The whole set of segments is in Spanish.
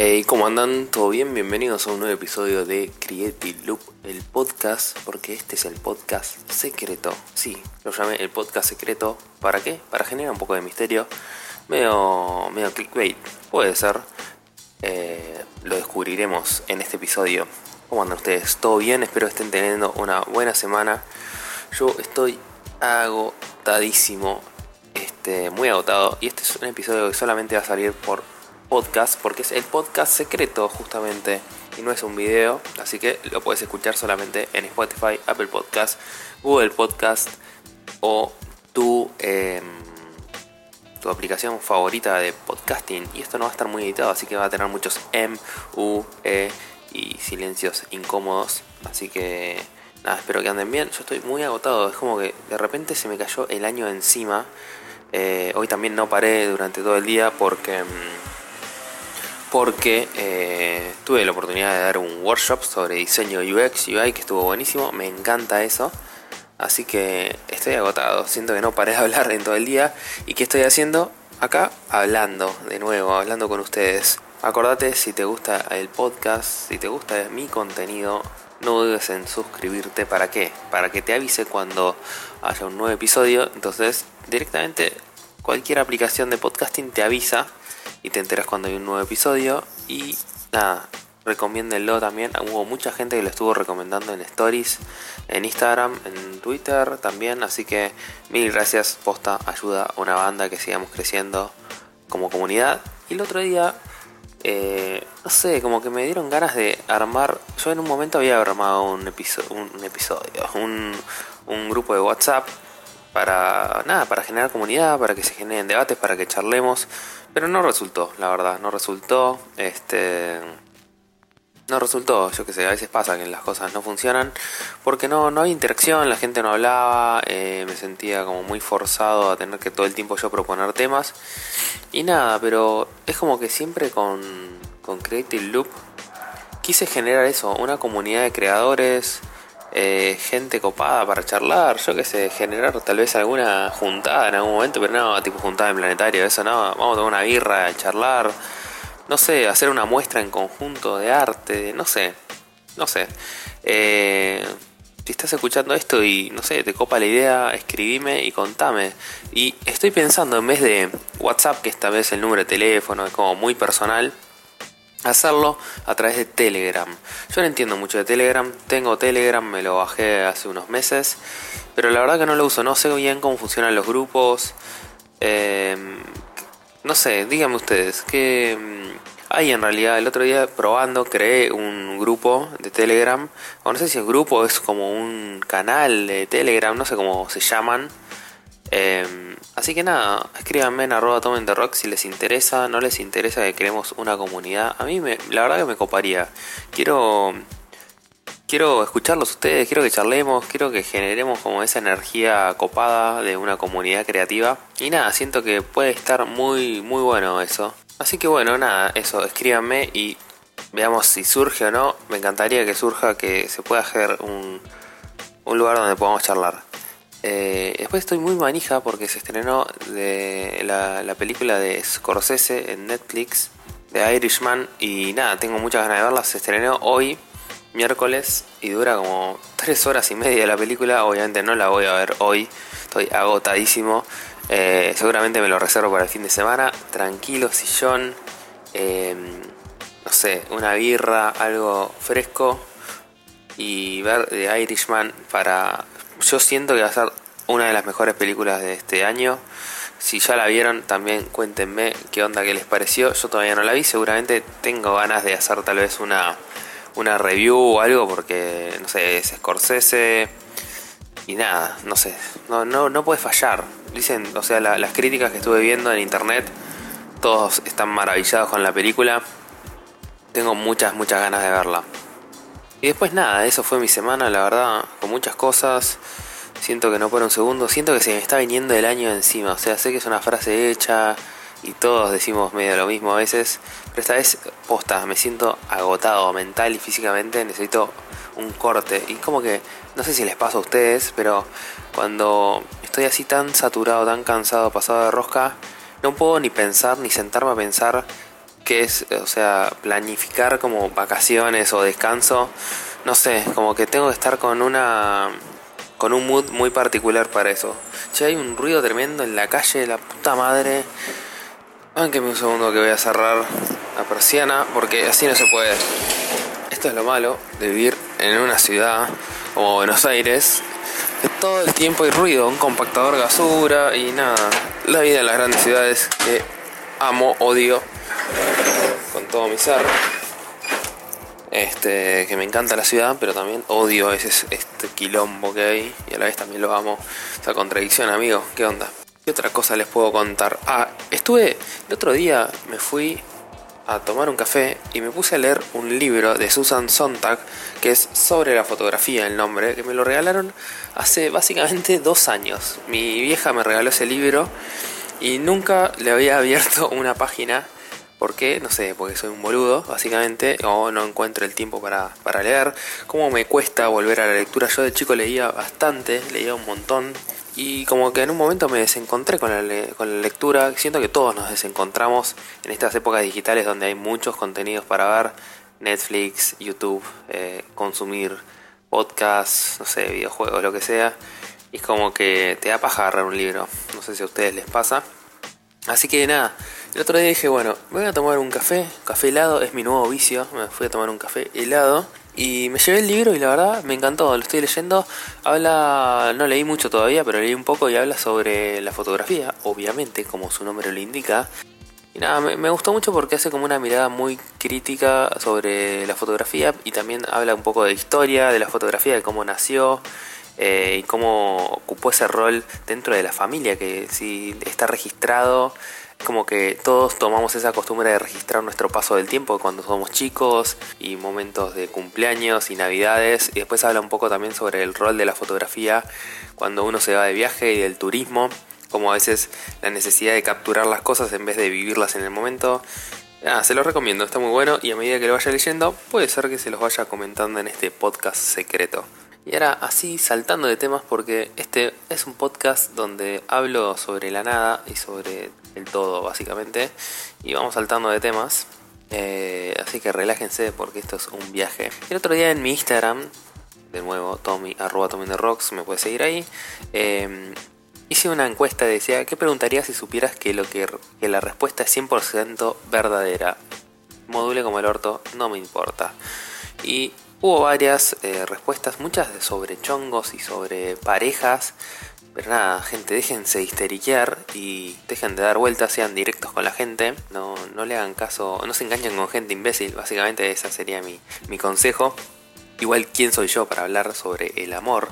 Hey, ¿cómo andan? ¿Todo bien? Bienvenidos a un nuevo episodio de Creative Loop, el podcast, porque este es el podcast secreto. Sí, lo llamé el podcast secreto. ¿Para qué? Para generar un poco de misterio. Medio clickbait, puede ser. Lo descubriremos en este episodio. ¿Cómo andan ustedes? ¿Todo bien? Espero que estén teniendo una buena semana. Yo estoy agotadísimo, muy agotado. Y este es un episodio que solamente va a salir por podcast, porque es el podcast secreto justamente y no es un video, así que lo puedes escuchar solamente en Spotify, Apple Podcast, Google Podcast o tu aplicación favorita de podcasting. Y esto no va a estar muy editado, así que va a tener muchos y silencios incómodos, así que nada, espero que anden bien. Yo estoy muy agotado, es como que de repente se me cayó el año encima. Hoy también no paré durante todo el día porque tuve la oportunidad de dar un workshop sobre diseño UX, UI, que estuvo buenísimo, me encanta eso, así que estoy agotado, siento que no paré de hablar en todo el día. ¿Y qué estoy haciendo? Acá hablando con ustedes. Acordate, si te gusta el podcast, si te gusta mi contenido, no dudes en suscribirte. ¿Para qué? Para que te avise cuando haya un nuevo episodio. Entonces directamente cualquier aplicación de podcasting te avisa y te enteras cuando hay un nuevo episodio. Y nada, recomiéndenlo también. Hubo mucha gente que lo estuvo recomendando en stories, en Instagram, en Twitter también. Así que mil gracias, posta, ayuda a una banda que sigamos creciendo como comunidad. Y el otro día, no sé, como que me dieron ganas de armar. Yo en un momento había armado un grupo de WhatsApp para generar comunidad, para que se generen debates, para que charlemos, pero no resultó, la verdad, no resultó, yo qué sé, a veces pasa que las cosas no funcionan, porque no había interacción, la gente no hablaba, me sentía como muy forzado a tener que todo el tiempo yo proponer temas, y nada, pero es como que siempre con Creative Loop quise generar eso, una comunidad de creadores, gente copada para charlar, yo qué sé, generar tal vez alguna juntada en algún momento, pero no, tipo juntada en Planetario, eso no, vamos a tomar una birra, a charlar, no sé, hacer una muestra en conjunto de arte, no sé. Si estás escuchando esto y no sé, te copa la idea, escribime y contame. Y estoy pensando, en vez de WhatsApp, que esta vez el número de teléfono es como muy personal, hacerlo a través de Telegram. Yo no entiendo mucho de Telegram, tengo Telegram, me lo bajé hace unos meses, pero la verdad que no lo uso, no sé bien cómo funcionan los grupos. No sé, díganme ustedes, ¿qué hay en realidad? El otro día probando creé un grupo de Telegram, o no sé si el grupo es como un canal de Telegram, no sé cómo se llaman. Así que nada, escríbanme en @tomentherock si les interesa, no les interesa que creemos una comunidad. A mí la verdad que me coparía. Quiero escucharlos ustedes, quiero que charlemos, quiero que generemos como esa energía copada de una comunidad creativa. Y nada, siento que puede estar muy bueno eso. Así que bueno, nada, eso, escríbanme y veamos si surge o no. Me encantaría que surja, que se pueda hacer un lugar donde podamos charlar. Después estoy muy manija porque se estrenó de la película de Scorsese en Netflix, de Irishman, y nada, tengo muchas ganas de verla. Se estrenó hoy, miércoles, y dura como 3 horas y media la película. Obviamente no la voy a ver hoy, estoy agotadísimo. Seguramente me lo reservo para el fin de semana, tranquilo, sillón, no sé, una birra, algo fresco, y ver The Irishman. Yo siento que va a ser una de las mejores películas de este año. Si ya la vieron, también cuéntenme qué onda, qué les pareció. Yo todavía no la vi, seguramente tengo ganas de hacer tal vez una review o algo, porque no sé, es Scorsese y nada, no sé, no puede fallar. Dicen, o sea, las críticas que estuve viendo en internet, todos están maravillados con la película. Tengo muchas ganas de verla. Y después nada, eso fue mi semana, la verdad, con muchas cosas. Siento que no por un segundo, siento que se me está viniendo el año encima. O sea, sé que es una frase hecha y todos decimos medio lo mismo a veces, pero esta vez, posta, me siento agotado mental y físicamente, necesito un corte. Y como que, no sé si les pasa a ustedes, pero cuando estoy así tan saturado, tan cansado, pasado de rosca, no puedo ni pensar, ni sentarme a pensar que es, o sea, planificar como vacaciones o descanso. No sé, como que tengo que estar con un mood muy particular para eso. Che, hay un ruido tremendo en la calle, la puta madre. Bánqueme un segundo que voy a cerrar la persiana porque así no se puede. Esto es lo malo de vivir en una ciudad como Buenos Aires, que todo el tiempo hay ruido, un compactador de basura y nada. La vida en las grandes ciudades que amo, odio con todo mi ser. Que me encanta la ciudad, pero también odio a veces este quilombo que hay y a la vez también lo amo. Esa contradicción, amigo, ¿qué onda? ¿Qué otra cosa les puedo contar? El otro día me fui a tomar un café y me puse a leer un libro de Susan Sontag que es sobre la fotografía, el nombre, que me lo regalaron hace básicamente 2 años. Mi vieja me regaló ese libro y nunca le había abierto una página. ¿Por qué? No sé, porque soy un boludo, básicamente, o no encuentro el tiempo para leer. ¿Cómo me cuesta volver a la lectura? Yo de chico leía bastante, leía un montón. Y como que en un momento me desencontré con la lectura. Siento que todos nos desencontramos en estas épocas digitales donde hay muchos contenidos para ver. Netflix, YouTube, consumir podcasts, no sé, videojuegos, lo que sea. Y es como que te da paja agarrar un libro. No sé si a ustedes les pasa. Así que nada, el otro día dije, bueno, me voy a tomar un café helado, es mi nuevo vicio, me fui a tomar un café helado y me llevé el libro y la verdad me encantó, lo estoy leyendo, no leí mucho todavía, pero leí un poco y habla sobre la fotografía, obviamente, como su nombre lo indica. Y nada, me gustó mucho porque hace como una mirada muy crítica sobre la fotografía y también habla un poco de historia, de la fotografía, de cómo nació. Y cómo ocupó ese rol dentro de la familia, que si está registrado, es como que todos tomamos esa costumbre de registrar nuestro paso del tiempo cuando somos chicos y momentos de cumpleaños y navidades, y después habla un poco también sobre el rol de la fotografía cuando uno se va de viaje y del turismo, como a veces la necesidad de capturar las cosas en vez de vivirlas en el momento. Se los recomiendo, está muy bueno y a medida que lo vaya leyendo puede ser que se los vaya comentando en este podcast secreto. Y ahora así saltando de temas porque este es un podcast donde hablo sobre la nada y sobre el todo básicamente. Y vamos saltando de temas. Así que relájense porque esto es un viaje. El otro día en mi Instagram, de nuevo, @TommyTheRocks, me puedes seguir ahí. Hice una encuesta y decía, ¿qué preguntarías si supieras que la respuesta es 100% verdadera? Module como el orto, no me importa. Y hubo varias respuestas, muchas sobre chongos y sobre parejas. Pero nada, gente, déjense histeriquear y dejen de dar vueltas, sean directos con la gente. No le hagan caso, no se enganchen con gente imbécil. Básicamente ese sería mi consejo. Igual, ¿quién soy yo para hablar sobre el amor?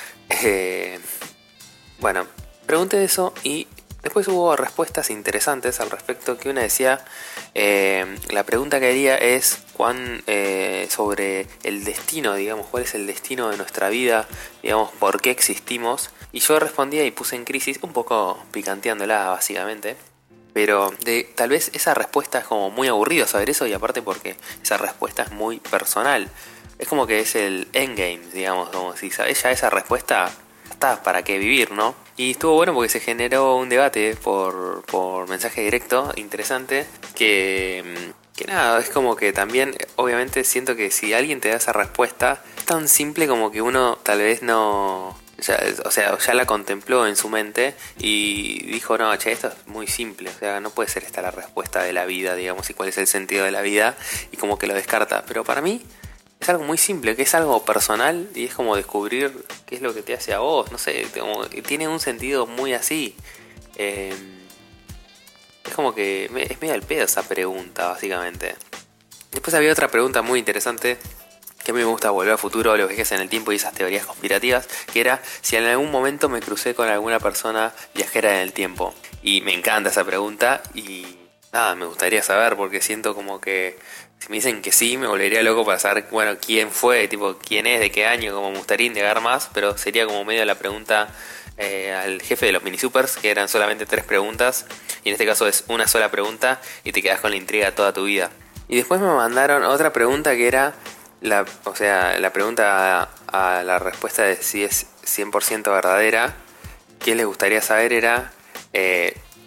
Bueno, pregunté eso y después hubo respuestas interesantes al respecto, que una decía, la pregunta que haría es sobre el destino, digamos, cuál es el destino de nuestra vida, digamos, por qué existimos. Y yo respondía y puse en crisis, un poco picanteándola básicamente, pero tal vez esa respuesta es como muy aburrido saber eso, y aparte porque esa respuesta es muy personal. Es como que es el endgame, digamos, como si sabes ya esa respuesta, está para qué vivir, ¿no? Y estuvo bueno porque se generó un debate por mensaje directo interesante que nada, es como que también obviamente siento que si alguien te da esa respuesta es tan simple como que uno tal vez no, ya la contempló en su mente y dijo, no, che, esto es muy simple, o sea, no puede ser esta la respuesta de la vida, digamos, y cuál es el sentido de la vida, y como que lo descarta. Pero para mí es algo muy simple, que es algo personal y es como descubrir qué es lo que te hace a vos, no sé, tiene un sentido muy así. Es como que es medio al pedo esa pregunta, básicamente. Después había otra pregunta muy interesante, que a mí me gusta Volver al Futuro, los viajes en el tiempo y esas teorías conspirativas, que era si en algún momento me crucé con alguna persona viajera en el tiempo. Y me encanta esa pregunta y nada, me gustaría saber porque siento como que si me dicen que sí, me volvería loco para saber, bueno, quién fue, tipo, quién es, de qué año, como me gustaría indagar más, pero sería como medio la pregunta al jefe de los mini supers, que eran solamente 3 preguntas, y en este caso es una sola pregunta y te quedas con la intriga toda tu vida. Y después me mandaron otra pregunta que era, la pregunta a la respuesta de si es 100% verdadera, que les gustaría saber era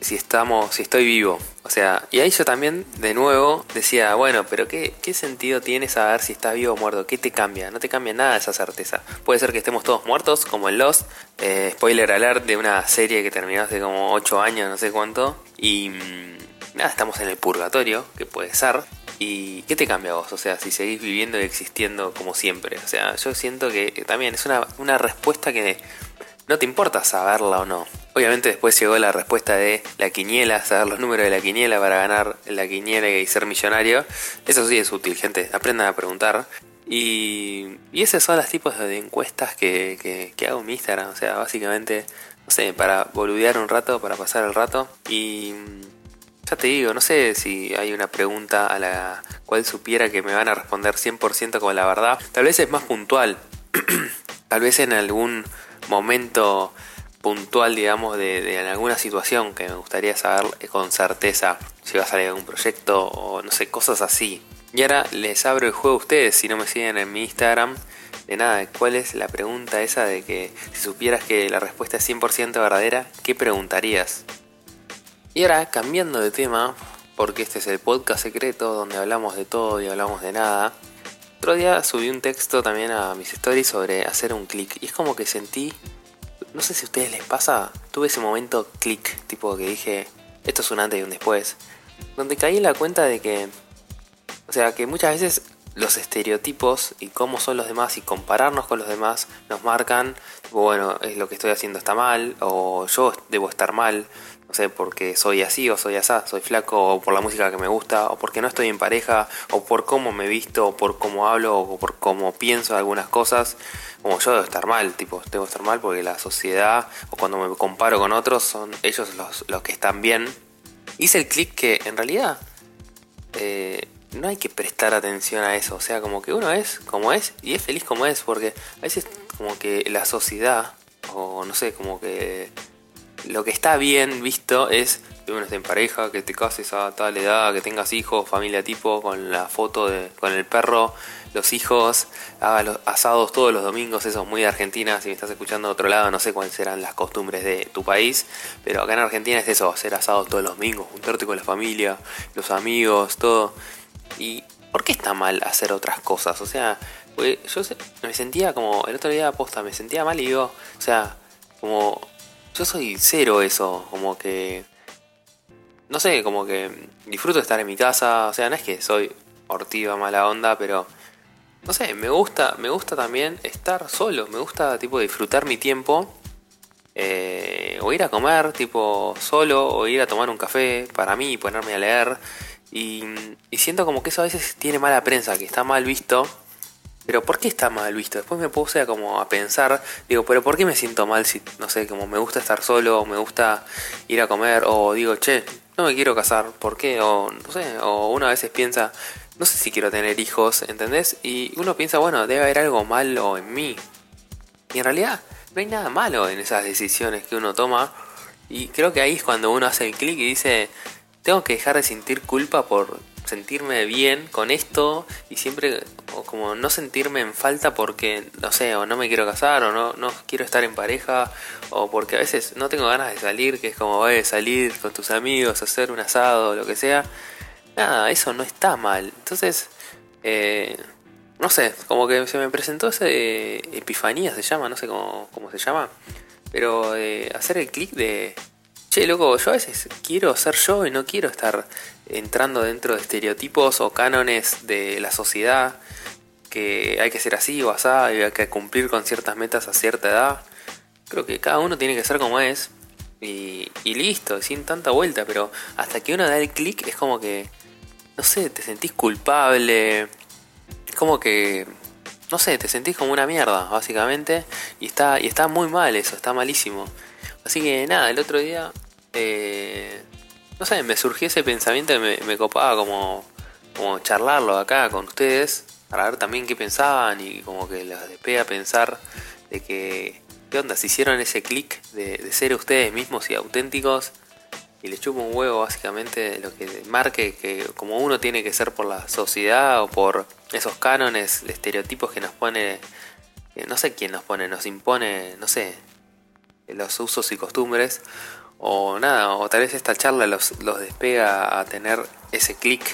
si estoy vivo. O sea, y ahí yo también, de nuevo, decía, bueno, pero ¿qué sentido tiene saber si estás vivo o muerto? ¿Qué te cambia? No te cambia nada esa certeza. Puede ser que estemos todos muertos, como en Lost, spoiler alert de una serie que terminó hace como 8 años, no sé cuánto, y nada, estamos en el purgatorio, que puede ser. ¿Y qué te cambia a vos? O sea, si seguís viviendo y existiendo como siempre. O sea, yo siento que también es una respuesta que no te importa saberla o no. Obviamente después llegó la respuesta de la quiniela, saber los números de la quiniela para ganar la quiniela y ser millonario. Eso sí es útil, gente. Aprendan a preguntar. Y esos son los tipos de encuestas que hago en mi Instagram. O sea, básicamente, no sé, para boludear un rato, para pasar el rato. Y ya te digo, no sé si hay una pregunta a la cual supiera que me van a responder 100% con la verdad. Tal vez es más puntual. Tal vez en algún momento puntual, digamos, de alguna situación que me gustaría saber con certeza si va a salir algún proyecto o no sé, cosas así. Y ahora les abro el juego a ustedes, si no me siguen en mi Instagram, de nada, ¿cuál es la pregunta esa de que si supieras que la respuesta es 100% verdadera, qué preguntarías? Y ahora, cambiando de tema, porque este es el podcast secreto donde hablamos de todo y hablamos de nada, otro día subí un texto también a mis stories sobre hacer un clic. Y es como que sentí, no sé si a ustedes les pasa, tuve ese momento clic, tipo que dije, esto es un antes y un después. Donde caí en la cuenta de que, o sea, que muchas veces los estereotipos y cómo son los demás y compararnos con los demás nos marcan, tipo, bueno, es lo que estoy haciendo está mal, o yo debo estar mal. No sé, porque soy así o soy asá, soy flaco, o por la música que me gusta, o porque no estoy en pareja, o por cómo me visto, o por cómo hablo, o por cómo pienso algunas cosas. Como yo debo estar mal, tipo, debo estar mal porque la sociedad, o cuando me comparo con otros, son ellos los que están bien. Hice el clic que en realidad no hay que prestar atención a eso, o sea, como que uno es como es y es feliz como es, porque a veces como que la sociedad, o no sé, como que lo que está bien visto es que uno esté en pareja, que te cases a tal edad, que tengas hijos, familia tipo, con la foto con el perro, los hijos, haga los asados todos los domingos. Eso es muy de Argentina. Si me estás escuchando de otro lado, no sé cuáles serán las costumbres de tu país, pero acá en Argentina es eso, hacer asados todos los domingos, juntarte con la familia, los amigos, todo. ¿Y por qué está mal hacer otras cosas? O sea, pues yo me sentía como, el otro día posta, me sentía mal y digo, o sea, como yo soy cero eso, como que, no sé, como que disfruto de estar en mi casa, o sea, no es que soy hortiva, mala onda, pero, no sé, me gusta también estar solo, me gusta, tipo, disfrutar mi tiempo, o ir a comer, tipo, solo, o ir a tomar un café para mí, ponerme a leer, y siento como que eso a veces tiene mala prensa, que está mal visto. Pero ¿por qué está mal visto? Después me puse a pensar, digo, pero ¿por qué me siento mal si, no sé, como me gusta estar solo, me gusta ir a comer, o digo, che, no me quiero casar, ¿por qué? O no sé, o uno a veces piensa, no sé si quiero tener hijos, ¿entendés? Y uno piensa, bueno, debe haber algo malo en mí. Y en realidad no hay nada malo en esas decisiones que uno toma. Y creo que ahí es cuando uno hace el clic y dice, tengo que dejar de sentir culpa por sentirme bien con esto y siempre, o como no sentirme en falta porque, no sé, o no me quiero casar, o no quiero estar en pareja, o porque a veces no tengo ganas de salir, que es como, salir con tus amigos, hacer un asado, lo que sea. Nada, eso no está mal. Entonces, no sé, como que se me presentó ese epifanía, se llama, no sé cómo se llama, pero hacer el clic de, che, loco, yo a veces quiero ser yo y no quiero estar entrando dentro de estereotipos o cánones de la sociedad, que hay que ser así o asá, y hay que cumplir con ciertas metas a cierta edad. Creo que cada uno tiene que ser como es y listo, sin tanta vuelta, pero hasta que uno da el clic es como que, no sé, te sentís culpable, es como que, no sé, te sentís como una mierda, básicamente, y está muy mal eso, está malísimo. Así que nada, el otro día, no sé, me surgió ese pensamiento y me copaba como charlarlo acá con ustedes, para ver también qué pensaban y como que los despega a pensar de que, ¿qué onda? Si hicieron ese clic de ser ustedes mismos y auténticos y les chupa un huevo básicamente lo que marque que como uno tiene que ser por la sociedad o por esos cánones, estereotipos que nos pone, no sé quién nos pone, nos impone, no sé, los usos y costumbres, o nada, o tal vez esta charla los despega a tener ese clic.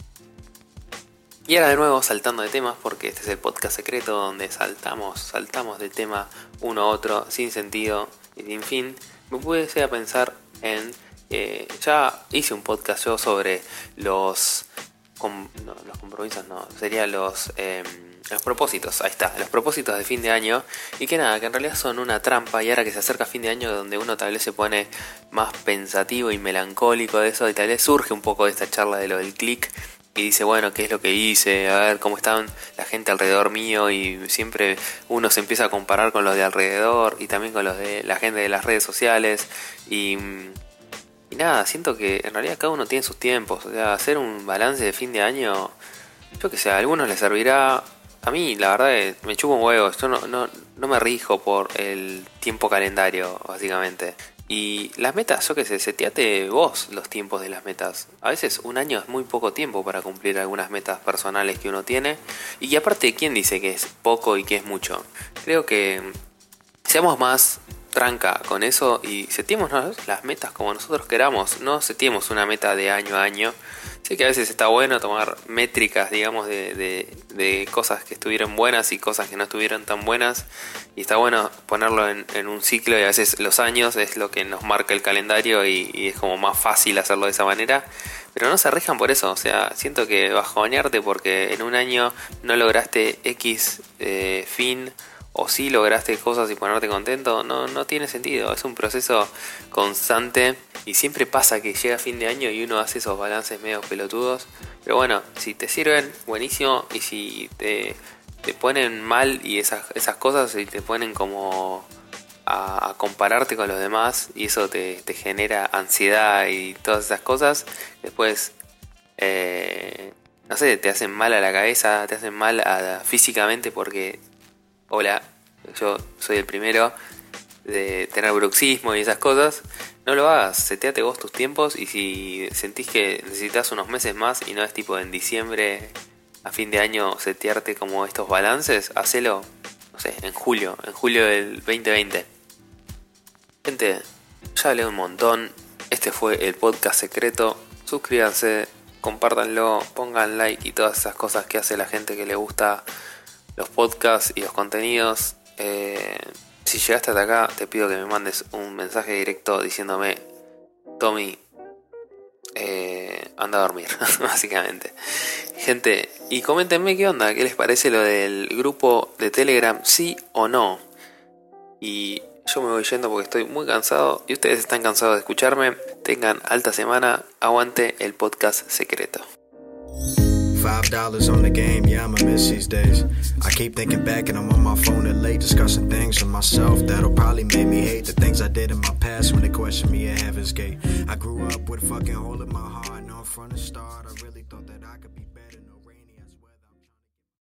Y ahora de nuevo saltando de temas, porque este es el podcast secreto donde saltamos de tema uno a otro sin sentido y sin fin. Me puse a pensar en... ya hice un podcast yo sobre los compromisos, serían los propósitos, ahí está, los propósitos de fin de año, y que nada, que en realidad son una trampa, y ahora que se acerca fin de año donde uno tal vez se pone más pensativo y melancólico de eso, y tal vez surge un poco de esta charla de lo del click, y dice, bueno, ¿qué es lo que hice? A ver cómo están la gente alrededor mío, y siempre uno se empieza a comparar con los de alrededor, y también con los de la gente de las redes sociales, y nada, siento que en realidad cada uno tiene sus tiempos, o sea, hacer un balance de fin de año, yo que sé, a algunos les servirá. A mí, la verdad, me chupo un huevo. Yo no me rijo por el tiempo calendario, básicamente. Y las metas, yo que sé, seteate vos los tiempos de las metas. A veces un año es muy poco tiempo para cumplir algunas metas personales que uno tiene. Y aparte, ¿quién dice que es poco y que es mucho? Creo que seamos más tranca con eso y seteemos las metas como nosotros queramos. No seteemos una meta de año a año. Sé que a veces está bueno tomar métricas, digamos, de cosas que estuvieron buenas y cosas que no estuvieron tan buenas. Y está bueno ponerlo en un ciclo, y a veces los años es lo que nos marca el calendario y es como más fácil hacerlo de esa manera. Pero no se rijan por eso, o sea, siento que bajonearte porque en un año no lograste X fin, o sí lograste cosas y ponerte contento, no tiene sentido. Es un proceso constante y siempre pasa que llega fin de año y uno hace esos balances medio pelotudos. Pero bueno, si te sirven, buenísimo. Y si te ponen mal y esas cosas, y te ponen como a compararte con los demás, y eso te genera ansiedad y todas esas cosas, después no sé, te hacen mal a la cabeza, te hacen mal físicamente, porque hola, yo soy el primero de tener bruxismo y esas cosas. No lo hagas, seteate vos tus tiempos, y si sentís que necesitas unos meses más y no es tipo en diciembre a fin de año setearte como estos balances, hacelo, no sé, en julio del 2020. Gente, ya hablé un montón. Este fue el podcast secreto. Suscríbanse, compártanlo, pongan like y todas esas cosas que hace la gente que le gusta los podcasts y los contenidos. Si llegaste hasta acá, te pido que me mandes un mensaje directo diciéndome: Tommy, anda a dormir, básicamente. Gente, y coméntenme qué onda, qué les parece lo del grupo de Telegram, sí o no. Y yo me voy yendo porque estoy muy cansado y ustedes están cansados de escucharme. Tengan alta semana, aguante el podcast secreto. $5 on the game, yeah, I'ma miss these days. I keep thinking back and I'm on my phone at late, discussing things with myself that'll probably make me hate the things I did in my past when they question me at Heaven's Gate. I grew up with a fucking hole in my heart, no, from the start I really thought that I could be